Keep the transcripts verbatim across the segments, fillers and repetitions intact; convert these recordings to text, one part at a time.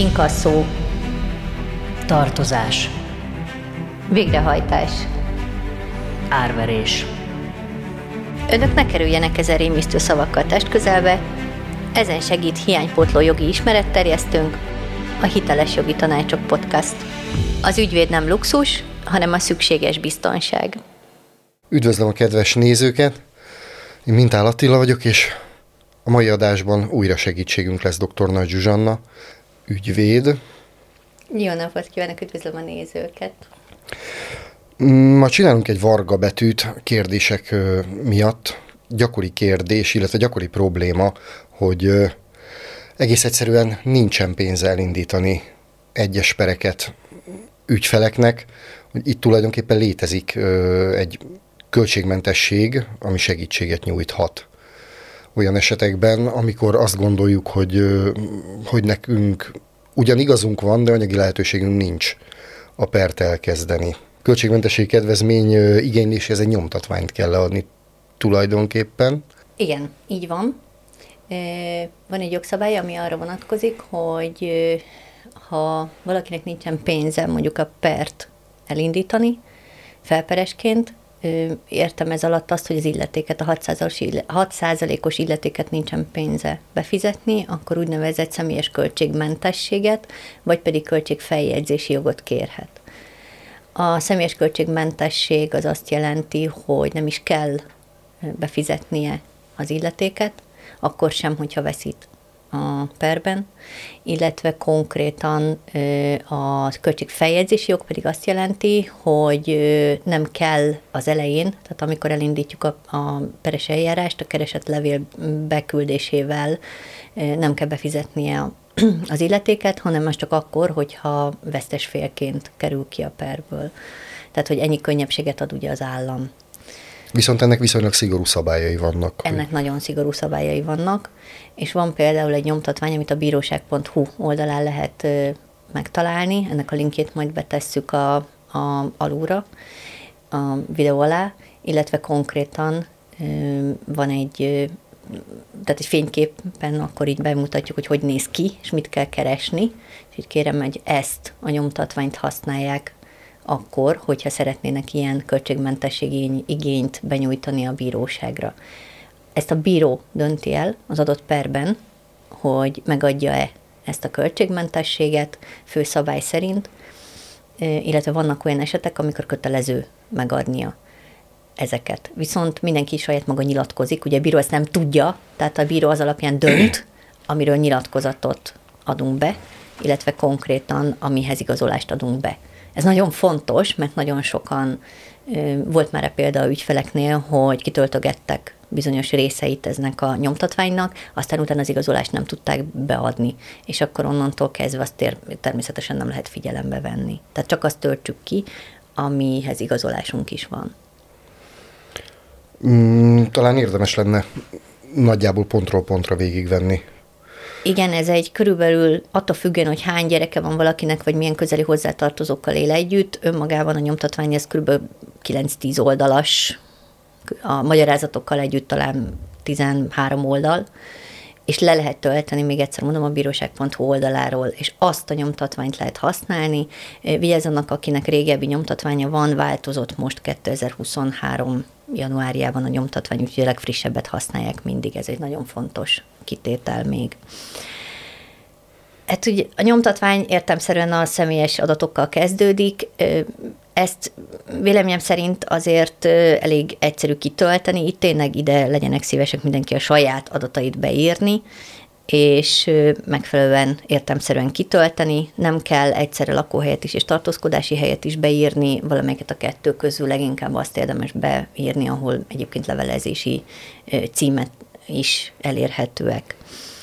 inkasszó, tartozás, végrehajtás, árverés. Önök ne kerüljenek ezen rémisztő szavakkal testközelbe, ezen segít hiánypótló jogi ismeretterjesztőnk, a Hiteles Jogi Tanácsok Podcast. Az ügyvéd nem luxus, hanem a szükséges biztonság. Üdvözlöm a kedves nézőket! Én Mintál Attila vagyok, és a mai adásban újra segítségünk lesz dr. Nagy Zsuzsanna, ügyvéd. Jó napot kívánok, üdvözlöm a nézőket! Ma csinálunk egy varga betűt kérdések miatt. Gyakori kérdés, illetve gyakori probléma, hogy egész egyszerűen nincsen pénze elindítani egyes pereket ügyfeleknek, hogy itt tulajdonképpen létezik egy költségmentesség, ami segítséget nyújthat olyan esetekben, amikor azt gondoljuk, hogy, hogy nekünk ugyan igazunk van, de anyagi lehetőségünk nincs a pert elkezdeni. Költségmentesség kedvezmény igényléséhez egy nyomtatványt kell leadni tulajdonképpen. Igen, így van. Van egy jogszabály, ami arra vonatkozik, hogy ha valakinek nincsen pénze mondjuk a pert elindítani felperesként, értem ez alatt azt, hogy az illetéket, a hat százalékos illetéket nincsen pénze befizetni, akkor úgynevezett személyes költségmentességet, vagy pedig költségfeljegyzési jogot kérhet. A személyes költségmentesség az azt jelenti, hogy nem is kell befizetnie az illetéket, akkor sem, hogyha veszít a perben, illetve konkrétan a költségfeljegyzési jog pedig azt jelenti, hogy nem kell az elején, tehát amikor elindítjuk a, a peres eljárást, a keresett levél beküldésével nem kell befizetnie az illetéket, hanem az csak akkor, hogyha vesztes félként kerül ki a perből. Tehát, hogy ennyi könnyebbséget ad ugye az állam. Viszont ennek viszonylag szigorú szabályai vannak. Ennek hogy... nagyon szigorú szabályai vannak, és van például egy nyomtatvány, amit a bíróság pont hu oldalán lehet ö, megtalálni, ennek a linkjét majd betesszük a, a, alulra, a videó alá, illetve konkrétan ö, van egy, ö, tehát egy fényképen akkor így bemutatjuk, hogy hogy néz ki, és mit kell keresni, és így kérem, hogy ezt a nyomtatványt használják akkor, hogyha szeretnének ilyen költségmentességi igényt benyújtani a bíróságra. Ezt a bíró dönti el az adott perben, hogy megadja-e ezt a költségmentességet főszabály szerint, illetve vannak olyan esetek, amikor kötelező megadnia ezeket. Viszont mindenki saját maga nyilatkozik, ugye a bíró ezt nem tudja, tehát a bíró az alapján dönt, amiről nyilatkozatot adunk be, illetve konkrétan amihez igazolást adunk be. Ez nagyon fontos, mert nagyon sokan, volt már a példa a ügyfeleknél, hogy kitöltögettek bizonyos részeit eznek a nyomtatványnak, aztán utána az igazolást nem tudták beadni, és akkor onnantól kezdve azt tér- természetesen nem lehet figyelembe venni. Tehát csak azt töltsük ki, amihez igazolásunk is van. Mm, talán érdemes lenne nagyjából pontról pontra végigvenni. Igen, ez egy körülbelül attól függően, hogy hány gyereke van valakinek, vagy milyen közeli hozzátartozókkal él együtt, önmagában a nyomtatvány ez körülbelül kilenc-tíz oldalas, a magyarázatokkal együtt talán tizenhárom oldal, és le lehet tölteni, még egyszer mondom, a bíróság pont hu oldaláról, és azt a nyomtatványt lehet használni. Vigyázzanak, akinek régebbi nyomtatványa van, változott most kétezer-huszonhárom januárjában a nyomtatvány, úgyhogy a legfrissebbet használják mindig, ez egy nagyon fontos kitétel még. Hát ugye a nyomtatvány értelemszerűen a személyes adatokkal kezdődik, ezt véleményem szerint azért elég egyszerű kitölteni, itt tényleg ide legyenek szívesek mindenki a saját adatait beírni, és megfelelően értelemszerűen kitölteni, nem kell egyszerre lakóhelyet is és tartózkodási helyet is beírni, valamelyiket a kettő közül leginkább azt érdemes beírni, ahol egyébként levelezési címet is elérhetőek.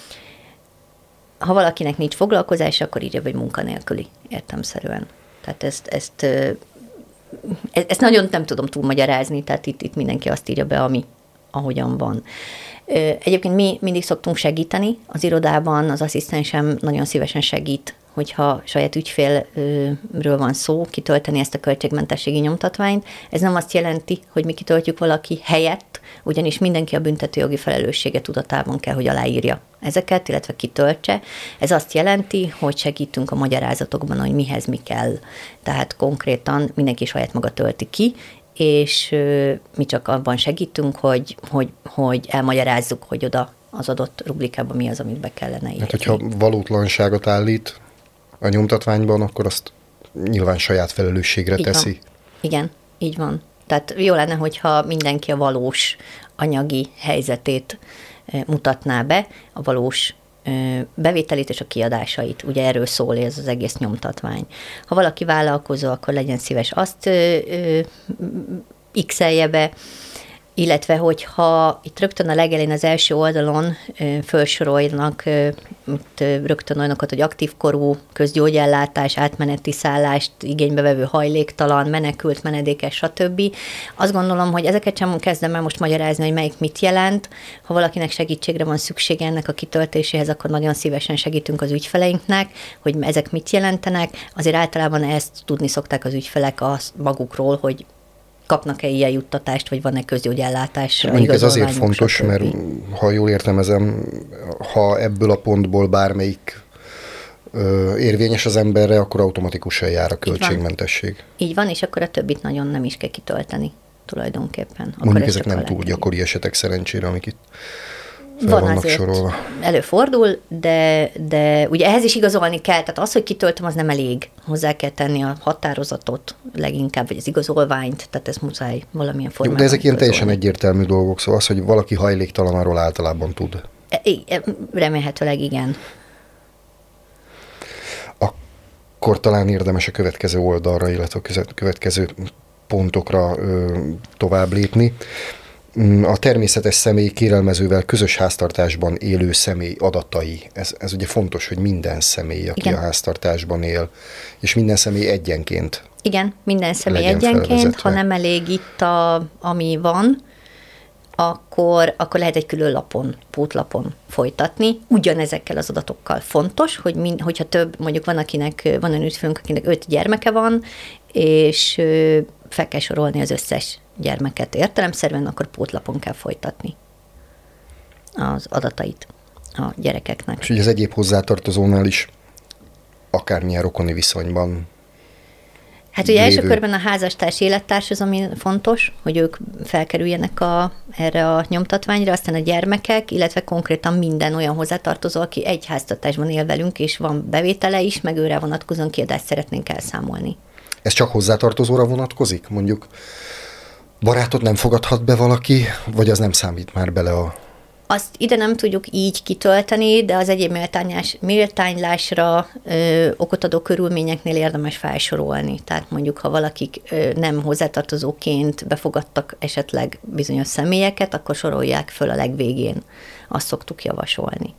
Ha valakinek nincs foglalkozása, akkor írja be, hogy munkanélküli értelemszerűen. Tehát ezt, ezt, ezt nagyon nem tudom túlmagyarázni, tehát itt, itt mindenki azt írja be, ami ahogyan van. Egyébként mi mindig szoktunk segíteni az irodában, az asszisztensem nagyon szívesen segít, hogyha saját ügyfélről van szó, kitölteni ezt a költségmentességi nyomtatványt. Ez nem azt jelenti, hogy mi kitöltjük valaki helyett, ugyanis mindenki a büntetőjogi felelőssége tudatában kell, hogy aláírja ezeket, illetve kitöltse. Ez azt jelenti, hogy segítünk a magyarázatokban, hogy mihez mi kell. Tehát konkrétan mindenki saját maga tölti ki, és mi csak abban segítünk, hogy, hogy, hogy elmagyarázzuk, hogy oda az adott rubrikában mi az, amit be kellene írni. Hát, hogyha valótlanságot állít a nyomtatványban, akkor azt nyilván saját felelősségre így teszi. Van. Igen, így van. Tehát jó lenne, hogyha mindenki a valós anyagi helyzetét mutatná be, a valós bevételét és a kiadásait. Ugye erről szól ez az egész nyomtatvány. Ha valaki vállalkozó, akkor legyen szíves azt x-elje be, illetve hogyha itt rögtön a legelén az első oldalon felsorolnak rögtön olyanokat, hogy aktívkorú, közgyógyellátás, átmeneti szállást, igénybevevő hajléktalan, menekült, menedékes, stb. Azt gondolom, hogy ezeket sem kezdem el most magyarázni, hogy melyik mit jelent. Ha valakinek segítségre van szüksége ennek a kitöltéséhez, akkor nagyon szívesen segítünk az ügyfeleinknek, hogy ezek mit jelentenek. Azért általában ezt tudni szokták az ügyfelek az magukról, hogy kapnak-e ilyen juttatást, vagy van-e közgyógyellátás? Mondjuk ez azért fontos, mert ha jól értelmezem, ha ebből a pontból bármelyik ö, érvényes az emberre, akkor automatikusan jár a költségmentesség. Így van, Így van és akkor a többit nagyon nem is kell kitölteni tulajdonképpen. Akkor Mondjuk ezek nem túl gyakori esetek szerencsére, amik itt fel van vannak azért, sorolva. Előfordul, de, de ugye ehhez is igazolni kell, tehát az, hogy kitöltöm, az nem elég. Hozzá kell tenni a határozatot leginkább, vagy az igazolványt, tehát ezt muszáj valamilyen formában. De ezek ilyen igazolni. teljesen egyértelmű dolgok, szóval az, hogy valaki hajléktalan, arról általában tud. E, remélhetőleg igen. Akkor talán érdemes a következő oldalra, illetve a következő pontokra ö, tovább lépni. A természetes személy kérelmezővel közös háztartásban élő személy adatai. Ez, ez ugye fontos, hogy minden személy, aki Igen. a háztartásban él, és minden személy egyenként. Igen, minden személy egyenként, felvezetve. Ha nem elég itt, a, ami van, akkor, akkor lehet egy külön lapon, pótlapon folytatni. Ugyanezekkel az adatokkal fontos, hogy mind, hogyha több, mondjuk van, akinek, van olyan ügyfélünk, akinek öt gyermeke van, és fel kell sorolni az összes gyermeket értelemszerűen, akkor pótlapon kell folytatni az adatait a gyerekeknek. És ugye az egyéb hozzátartozónál is akármilyen rokoni viszonyban Hát ugye első körben a házastárs élettárs az, ami fontos, hogy ők felkerüljenek a, erre a nyomtatványra, aztán a gyermekek, illetve konkrétan minden olyan hozzátartozó, aki egy háztartásban él velünk, és van bevétele is, meg őre vonatkozóan kiadást szeretnénk elszámolni. Ez csak hozzátartozóra vonatkozik? Mondjuk barátot nem fogadhat be valaki, vagy az nem számít már bele a... Azt ide nem tudjuk így kitölteni, de az egyéb méltányás, méltánylásra ö, okot adó körülményeknél érdemes felsorolni. Tehát mondjuk, ha valakik ö, nem hozzátartozóként befogadtak esetleg bizonyos személyeket, akkor sorolják föl a legvégén. Azt szoktuk javasolni.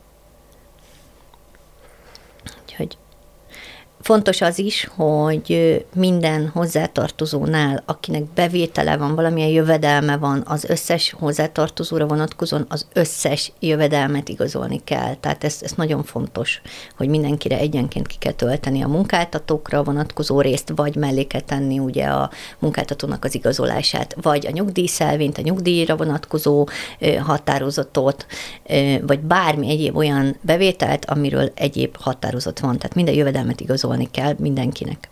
Úgyhogy fontos az is, hogy minden hozzátartozónál, akinek bevétele van, valamilyen jövedelme van, az összes hozzátartozóra vonatkozóan az összes jövedelmet igazolni kell. Tehát ez, ez nagyon fontos, hogy mindenkire egyenként ki kell tölteni a munkáltatókra vonatkozó részt, vagy mellé kell tenni ugye a munkáltatónak az igazolását, vagy a nyugdíjszelvényt, a nyugdíjra vonatkozó határozatot, vagy bármi egyéb olyan bevételt, amiről egyéb határozat van. Tehát minden jövedelmet igazolni kell mindenkinek.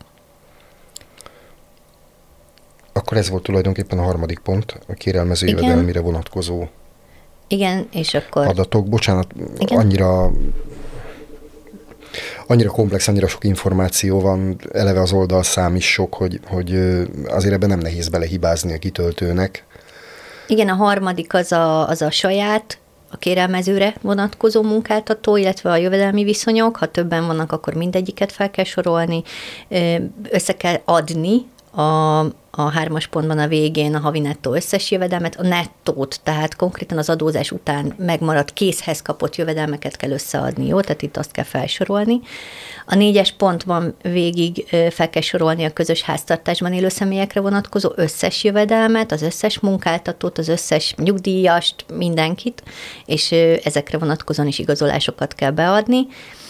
Akkor ez volt tulajdonképpen a harmadik pont, a kérelmező Igen. jövedelmire vonatkozó Igen, és akkor... adatok. Bocsánat, Igen. annyira annyira komplex, annyira sok információ van, eleve az oldalszám is sok, hogy, hogy azért ebben nem nehéz belehibázni a kitöltőnek. Igen, a harmadik az a, az a saját, a kérelmezőre vonatkozó munkáltató, illetve a jövedelmi viszonyok. Ha többen vannak, akkor mindegyiket fel kell sorolni. Össze kell adni a, a hármas pontban a végén a havi nettó összes jövedelmet, a nettót, tehát konkrétan az adózás után megmaradt készhez kapott jövedelmeket kell összeadni, jó? Tehát itt azt kell felsorolni. A négyes pontban végig fel kell sorolni a közös háztartásban élő személyekre vonatkozó összes jövedelmet, az összes munkáltatót, az összes nyugdíjast, mindenkit, és ezekre vonatkozóan is igazolásokat kell beadni.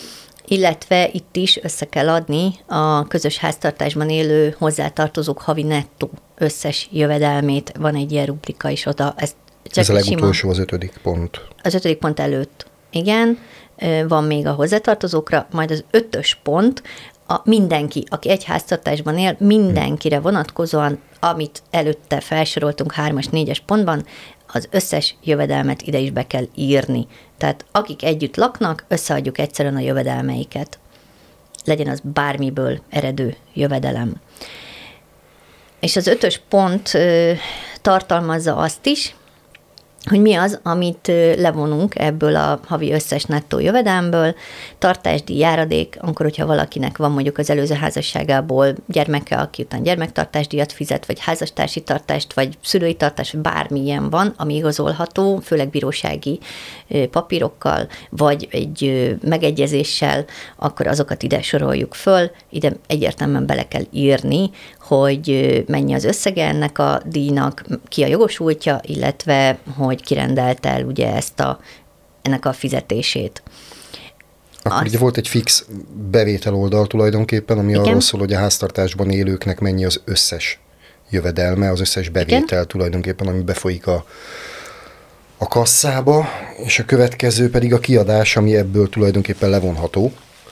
illetve itt is össze kell adni a közös háztartásban élő hozzátartozók havi nettó összes jövedelmét. Van egy ilyen rubrika is oda. Ez, Ez a legutolsó, az ötödik pont. Az ötödik pont előtt, igen. Van még a hozzátartozókra, majd az ötös pont, a mindenki, aki egy háztartásban él, mindenkire vonatkozóan, amit előtte felsoroltunk hármas, négyes pontban, az összes jövedelmet ide is be kell írni. Tehát akik együtt laknak, összeadjuk egyszerűen a jövedelmeiket. Legyen az bármiből eredő jövedelem. És az ötös pont ö, tartalmazza azt is, hogy mi az, amit levonunk ebből a havi összes nettó jövedelmből, tartásdíj, járadék, akkor, hogyha valakinek van mondjuk az előző házasságából gyermeke, aki után gyermektartásdíjat fizet, vagy házastársi tartást, vagy szülői tartást, vagy bármilyen van, ami igazolható, főleg bírósági papírokkal, vagy egy megegyezéssel, akkor azokat ide soroljuk föl, ide egyértelműen bele kell írni, hogy mennyi az összege ennek a díjnak, ki a jogosultja, illetve hogy kirendelt el ugye ezt a, ennek a fizetését. Akkor Az... ugye volt egy fix bevétel oldal tulajdonképpen, ami igen. arról szól, hogy a háztartásban élőknek mennyi az összes jövedelme, az összes bevétel igen. tulajdonképpen, ami befolyik a, a kasszába, és a következő pedig a kiadás, ami ebből tulajdonképpen levonható.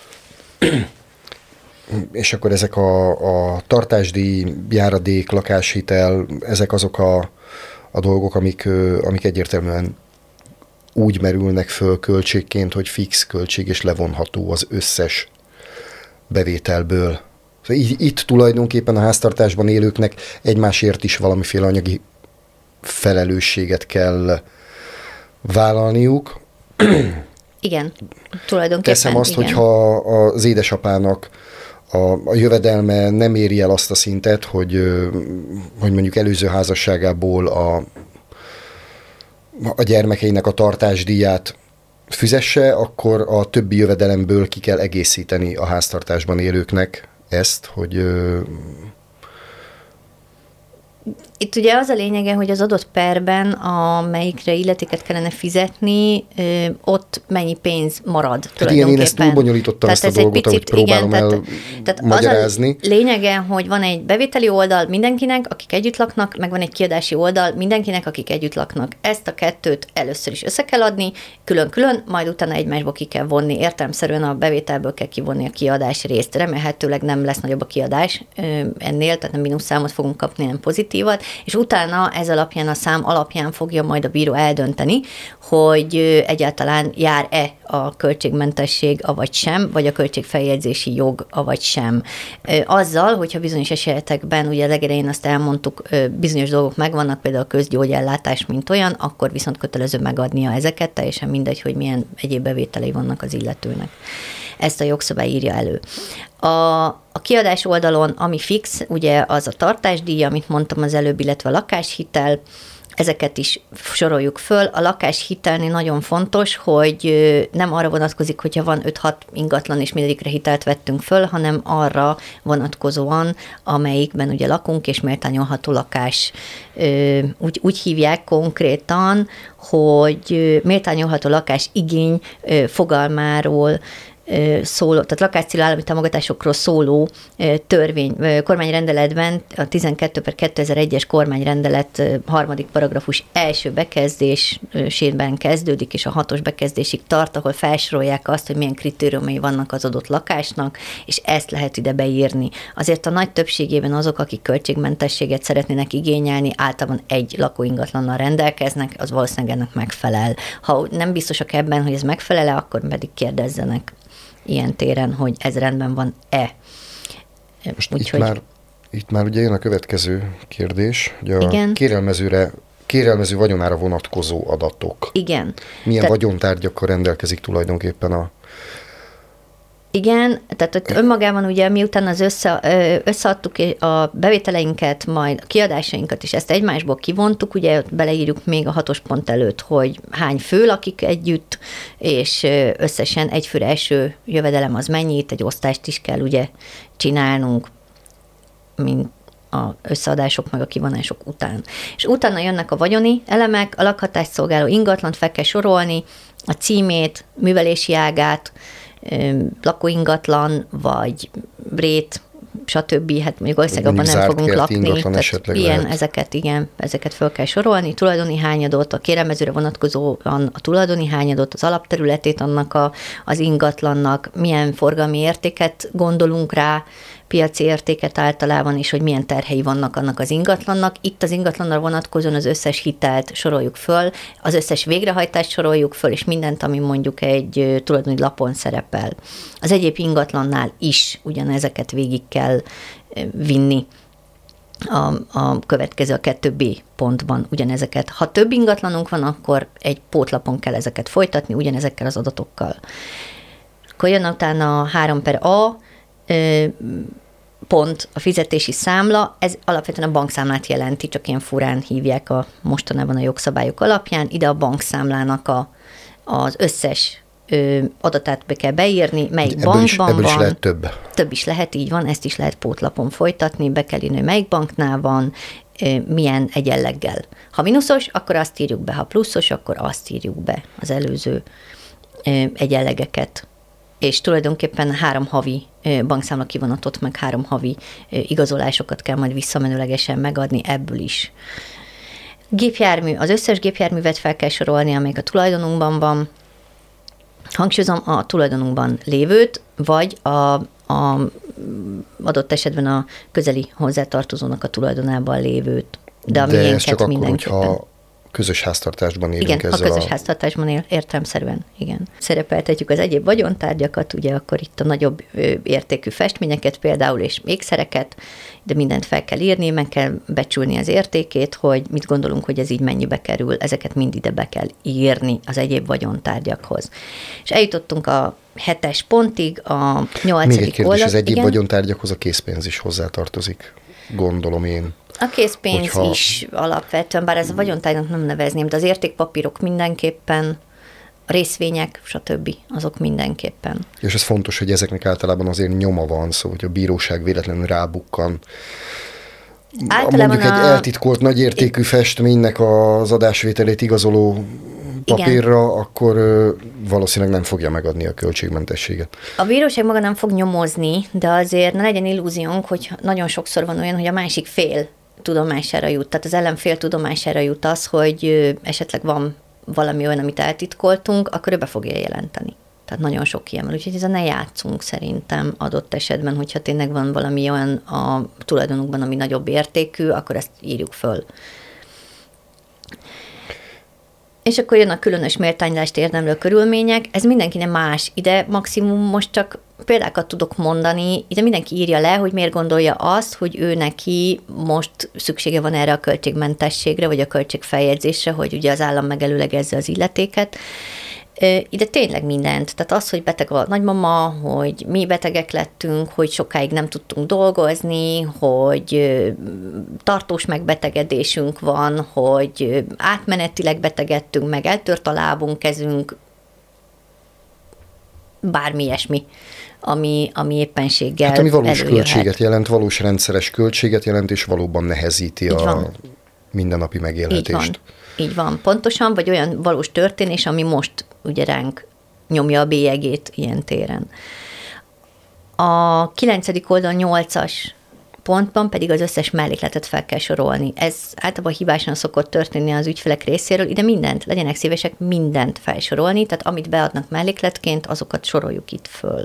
És akkor ezek a, a tartásdíj, járadék, lakáshitel, ezek azok a, a dolgok, amik, amik egyértelműen úgy merülnek föl költségként, hogy fix költség és levonható az összes bevételből. Szóval így, itt tulajdonképpen a háztartásban élőknek egymásért is valamiféle anyagi felelősséget kell vállalniuk. Igen, tulajdonképpen. Teszem azt, igen. hogyha az édesapának a, a jövedelme nem éri el azt a szintet, hogy, hogy mondjuk előző házasságából a, a gyermekeinek a tartásdíját fizesse, akkor a többi jövedelemből ki kell egészíteni a háztartásban élőknek ezt, hogy... Itt ugye az a lényege, hogy az adott perben, amelyikre illetéket kellene fizetni, ott mennyi pénz marad hát tulajdonképpen. Igen, én ezt túl bonyolítottam ezt a dolgot, picit, ahogy próbálom igen, el tehát, magyarázni. Az a lényege, hogy van egy bevételi oldal mindenkinek, akik együtt laknak, meg van egy kiadási oldal mindenkinek, akik együtt laknak. Ezt a kettőt először is össze kell adni, külön-külön, majd utána egymásból ki kell vonni. Értelemszerűen a bevételből kell kivonni a kiadás részt. Remélhetőleg nem lesz nagyobb a kiadás ennél, tehát nem mínusz számot fogunk kapni, nem pozitívat, és utána ez alapján, a szám alapján fogja majd a bíró eldönteni, hogy egyáltalán jár-e a költségmentesség, avagy sem, vagy a költségfeljegyzési jog, avagy sem. Azzal, hogyha bizonyos esetekben, ugye legelején azt elmondtuk, bizonyos dolgok megvannak, például a közgyógyellátás, mint olyan, akkor viszont kötelező megadnia ezeket, teljesen mindegy, hogy milyen egyéb bevételei vannak az illetőnek. Ezt a jogszabály írja elő. A, a kiadás oldalon, ami fix, ugye az a tartásdíj, amit mondtam az előbb, illetve a lakáshitel, ezeket is soroljuk föl. A lakáshitelnél nagyon fontos, hogy nem arra vonatkozik, hogyha van öt-hat ingatlan, és mindegyikre hitelt vettünk föl, hanem arra vonatkozóan, amelyikben ugye lakunk, és méltányolható lakás. Úgy, úgy hívják konkrétan, hogy méltányolható lakás igény fogalmáról szóló, tehát lakáscélú állami támogatásokról szóló törvény, kormányrendeletben a tizenkettő per kétezer-egyes kormányrendelet harmadik paragrafus első bekezdésében kezdődik, és a hatos bekezdésig tart, ahol felsorolják azt, hogy milyen kritériumai vannak az adott lakásnak, és ezt lehet ide beírni. Azért a nagy többségében azok, akik költségmentességet szeretnének igényelni, általában egy lakóingatlannal rendelkeznek, az valószínűleg ennek megfelel. Ha nem biztosak ebben, hogy ez megfelel-e, akkor pedig kérdezzenek ilyen téren, hogy ez rendben van-e. Most Úgy, itt, hogy... már, itt már ugye jön a következő kérdés, hogy a igen. kérelmezőre, kérelmező vagyonára vonatkozó adatok. Igen. Milyen Te... vagyontárgyakkal rendelkezik tulajdonképpen a... Igen, tehát ott önmagában ugye miután az össze, összeadtuk a bevételeinket, majd a kiadásainkat, és ezt egymásból kivontuk, ugye ott beleírjuk még a hatos pont előtt, hogy hány fő lakik együtt, és összesen egy főre eső jövedelem az mennyi, itt egy osztást is kell ugye csinálnunk, mint a összeadások meg a kivonások után. És utána jönnek a vagyoni elemek, a lakhatást szolgáló ingatlant fel kell sorolni, a címét, művelési ágát, lakóingatlan, vagy rét, stb. Hát mondjuk valószínűleg abban nem fogunk lakni. Ilyen, lehet. ezeket, igen, ezeket fel kell sorolni. Tulajdoni hányadot, a kérelmezőre vonatkozóan a tulajdoni hányadot, az alapterületét annak a, az ingatlannak, milyen forgalmi értéket gondolunk rá, piaci értéket általában, és hogy milyen terhei vannak annak az ingatlannak. Itt az ingatlannal vonatkozóan az összes hitelt soroljuk föl, az összes végrehajtást soroljuk föl, és mindent, ami mondjuk egy tulajdoni lapon szerepel. Az egyéb ingatlannál is ugyanezeket végig kell vinni. A, a következő, a kettő B pontban ugyanezeket. Ha több ingatlanunk van, akkor egy pótlapon kell ezeket folytatni, ugyanezekkel az adatokkal. Akkor jön utána a három per A, pont a fizetési számla, ez alapvetően a bankszámlát jelenti, csak ilyen furán hívják a mostanában a jogszabályok alapján. Ide a bankszámlának a, az összes ö, adatát be kell beírni, melyik ebből bankban is, ebből van. is lehet több. Több is lehet, így van, ezt is lehet pótlapon folytatni, be kell írni, melyik banknál van, ö, milyen egyenleggel. Ha mínuszos, akkor azt írjuk be, ha pluszos, akkor azt írjuk be, az előző ö, egyenlegeket. És tulajdonképpen három havi bankszámla kivonatot, meg három havi igazolásokat kell majd visszamenőlegesen megadni ebből is. Gépjármű, az összes gépjárművet fel kell sorolni, amelyik a tulajdonunkban van. Hangsúlyozom a tulajdonunkban lévőt, vagy a, a adott esetben a közeli hozzátartozónak a tulajdonában lévőt. De a De miénket ez csak akkor, mindenképpen. hogyha közös háztartásban élünk igen, ezzel a közös a... háztartásban él, értelemszerűen, igen. Szerepeltetjük az egyéb vagyontárgyakat, ugye akkor itt a nagyobb ö, értékű festményeket például, és ékszereket, de mindent fel kell írni, meg kell becsülni az értékét, hogy mit gondolunk, hogy ez így mennyibe kerül, ezeket mind ide be kell írni az egyéb vagyontárgyakhoz. És eljutottunk a hetes pontig, a nyolcadik Még egy kérdés, oldal, az egyéb igen. vagyontárgyakhoz a készpénz is hozzátartozik, gondolom én. A készpénz Hogyha... is alapvetően, bár ez a vagyontárgynak nem nevezném, de az értékpapírok mindenképpen, a részvények, stb. Azok mindenképpen. És ez fontos, hogy ezeknek általában azért nyoma van, szóval, hogy a bíróság véletlenül rábukkan. Általában mondjuk a... egy eltitkolt nagyértékű festménynek az adásvételét igazoló papírra, igen. Akkor valószínűleg nem fogja megadni a költségmentességet. A bíróság maga nem fog nyomozni, de azért ne legyen illúziónk, hogy nagyon sokszor van olyan, hogy a másik fél tudomására jut. Tehát az ellenfél tudomására jut az, hogy esetleg van valami olyan, amit eltitkoltunk, akkor ő be fogja jelenteni. Tehát nagyon sok ilyen van. Úgyhogy ezzel ne játszunk szerintem adott esetben, hogyha tényleg van valami olyan a tulajdonunkban, ami nagyobb értékű, akkor ezt írjuk föl. És akkor jön a különös méltánylást érdemlő körülmények. Ez mindenkinek más. Ide maximum most csak példákat tudok mondani, ide mindenki írja le, hogy miért gondolja azt, hogy ő neki most szüksége van erre a költségmentességre, vagy a költségfeljegyzésre, hogy ugye az állam megelőlegezze az illetéket. Ide tényleg mindent. Tehát az, hogy beteg a nagymama, hogy mi betegek lettünk, hogy sokáig nem tudtunk dolgozni, hogy tartós megbetegedésünk van, hogy átmenetileg betegedtünk meg, eltört a lábunk, kezünk, bármi ilyesmi, ami, ami éppenséggel hát ami valós előjöhet. Költséget jelent, valós rendszeres költséget jelent, és valóban nehezíti Így a van. mindennapi megélhetést. Így van. Így van, pontosan, vagy olyan valós történés, ami most ugye ránk nyomja a bélyegét ilyen téren. A kilencedik oldal nyolcas pontban pedig az összes mellékletet fel kell sorolni. Ez általában hibásan szokott történni az ügyfelek részéről, ide mindent, legyenek szívesek mindent felsorolni, tehát amit beadnak mellékletként, azokat soroljuk itt föl.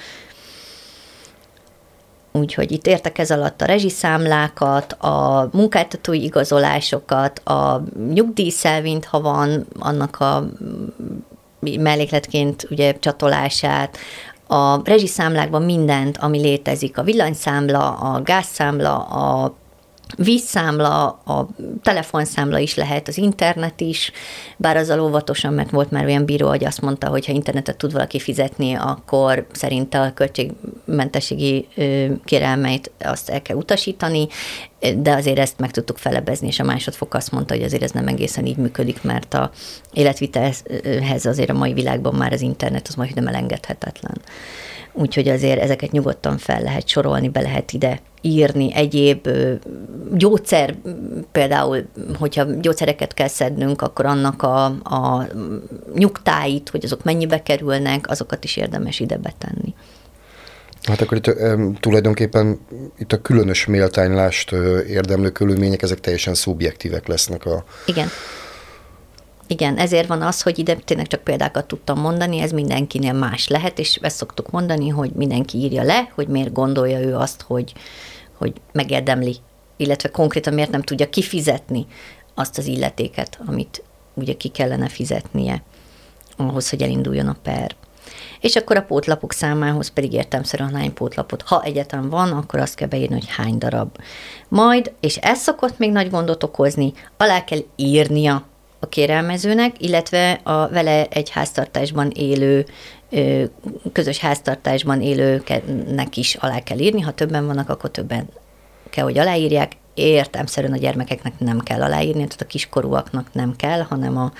Úgyhogy itt értek ez alatt a rezsiszámlákat, a munkáltatói igazolásokat, a nyugdíjszelvényt, ha van, annak a mellékletként ugye csatolását, a rezsiszámlákban mindent, ami létezik, a villanyszámla, a gázszámla, a vízszámla, a telefonszámla is lehet, az internet is, bár azzal óvatosan, mert volt már olyan bíró, hogy azt mondta, hogy ha internetet tud valaki fizetni, akkor szerinte a költség mentességi kérelmeit azt el kell utasítani, de azért ezt meg tudtuk felebezni, és a másodfok azt mondta, hogy azért ez nem egészen így működik, mert a életvitelhez azért a mai világban már az internet az majdnem elengedhetetlen. Úgyhogy azért ezeket nyugodtan fel lehet sorolni, be lehet ide írni. Egyéb gyógyszer, például, hogyha gyógyszereket kell szednünk, akkor annak a, a nyugtáit, hogy azok mennyibe kerülnek, azokat is érdemes ide betenni. Hát akkor itt e, tulajdonképpen itt a különös méltánylást e, érdemlő körülmények, ezek teljesen szubjektívek lesznek a... Igen. Igen, ezért van az, hogy ide tényleg csak példákat tudtam mondani, ez mindenkinél más lehet, és ezt szoktuk mondani, hogy mindenki írja le, hogy miért gondolja ő azt, hogy, hogy megérdemli, illetve konkrétan miért nem tudja kifizetni azt az illetéket, amit ugye ki kellene fizetnie ahhoz, hogy elinduljon a per. És akkor a pótlapok számához pedig értelemszerűen hány pótlapot. Ha egyáltalán van, akkor azt kell beírni, hogy hány darab. Majd, és ez szokott még nagy gondot okozni, alá kell írnia a kérelmezőnek, illetve a vele egy háztartásban élő, közös háztartásban élőknek is alá kell írni. Ha többen vannak, akkor többen kell, hogy aláírják. Értelemszerűen a gyermekeknek nem kell aláírni, tehát a kiskorúaknak nem kell, hanem a,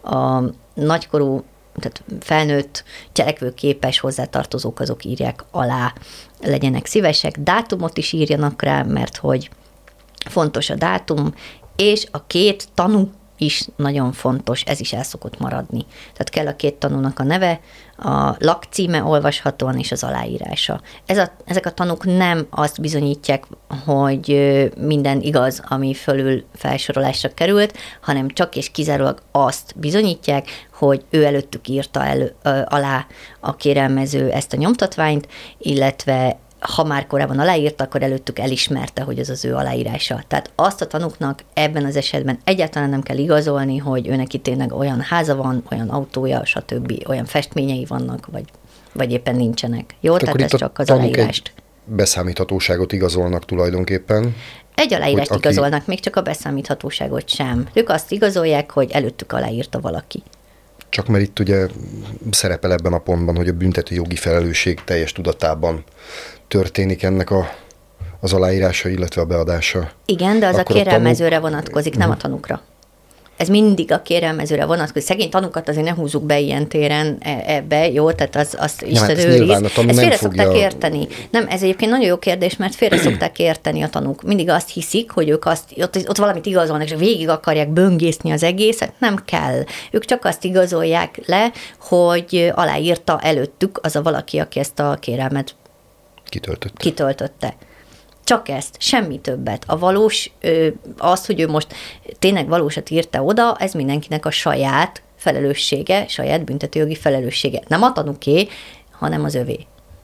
a nagykorú, tehát felnőtt, cselekvőképes hozzátartozók azok írják alá, legyenek szívesek. Dátumot is írjanak rá, mert hogy fontos a dátum, és a két tanú is nagyon fontos, ez is el szokott maradni. Tehát kell a két tanúnak a neve, a lakcíme olvashatóan és az aláírása. Ez a, ezek a tanúk nem azt bizonyítják, hogy minden igaz, ami fölül felsorolásra került, hanem csak és kizárólag azt bizonyítják, hogy ő előttük írta elő, alá a kérelmező ezt a nyomtatványt, illetve ha már korábban aláírta, akkor előttük elismerte, hogy ez az ő aláírása. Tehát azt a tanúknak ebben az esetben egyáltalán nem kell igazolni, hogy ő neki tényleg olyan háza van, olyan autója, stb., olyan festményei vannak, vagy, vagy éppen nincsenek. Jó, hát tehát ez csak az aláírást. Beszámíthatóságot igazolnak tulajdonképpen. Egy aláírást aki... igazolnak, még csak a beszámíthatóságot sem. Ők azt igazolják, hogy előttük aláírta valaki. Csak mert itt ugye szerepel ebben a pontban, hogy a büntető jogi felelősség teljes tudatában történik ennek a, az aláírása, illetve a beadása. Igen, de az akkor a kérelmezőre a tanú... vonatkozik, nem uh-huh. a tanúkra. Ez mindig a kérelmezőre vonatkozik. Szegény tanúkat azért ne húzzuk be ilyen téren ebbe, jó? Tehát az, azt ja, Isten hát őriz. Ezt félre fogja... szokták érteni. Nem, ez egyébként nagyon jó kérdés, mert félre szokták érteni a tanúk. Mindig azt hiszik, hogy ők azt, ott, ott valamit igazolnak, és végig akarják böngészni az egészet. Nem kell. Ők csak azt igazolják le, hogy aláírta előttük az a valaki, aki ezt a kérelmet kitöltötte. kitöltötte. Csak ezt, semmi többet. A valós, az, hogy ő most tényleg valósat írta oda, ez mindenkinek a saját felelőssége, saját büntetőjogi felelőssége. Nem a tanúké, hanem az övé,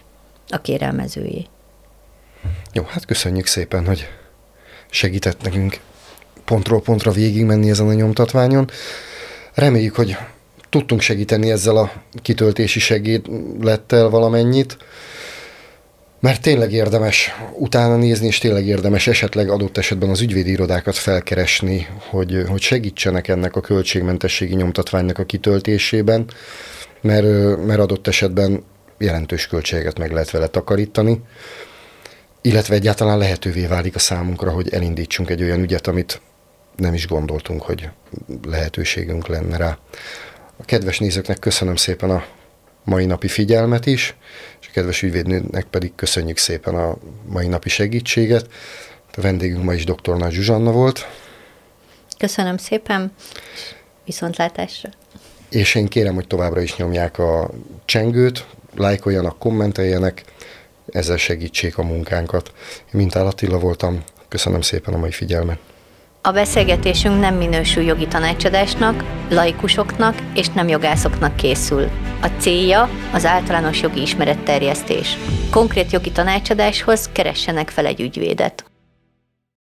a kérelmezőjé. Jó, hát köszönjük szépen, hogy segített nekünk pontról pontra végigmenni ezen a nyomtatványon. Reméljük, hogy tudtunk segíteni ezzel a kitöltési segédlettel valamennyit, mert tényleg érdemes utána nézni, és tényleg érdemes esetleg adott esetben az ügyvédi irodákat felkeresni, hogy, hogy segítsenek ennek a költségmentességi nyomtatványnak a kitöltésében, mert, mert adott esetben jelentős költséget meg lehet vele takarítani, illetve egyáltalán lehetővé válik a számunkra, hogy elindítsunk egy olyan ügyet, amit nem is gondoltunk, hogy lehetőségünk lenne rá. A kedves nézőknek köszönöm szépen a mai napi figyelmet is, és a kedves ügyvédnőnek pedig köszönjük szépen a mai napi segítséget. A vendégünk ma is dr. Nagy Zsuzsanna volt. Köszönöm szépen, viszontlátásra. És én kérem, hogy továbbra is nyomják a csengőt, lájkoljanak, kommenteljenek, ezzel segítsék a munkánkat. Én Mintál Attila voltam, köszönöm szépen a mai figyelmet. A beszélgetésünk nem minősül jogi tanácsadásnak, laikusoknak és nem jogászoknak készül. A célja az általános jogi ismeretterjesztés. Konkrét jogi tanácsadáshoz keressenek fel egy ügyvédet.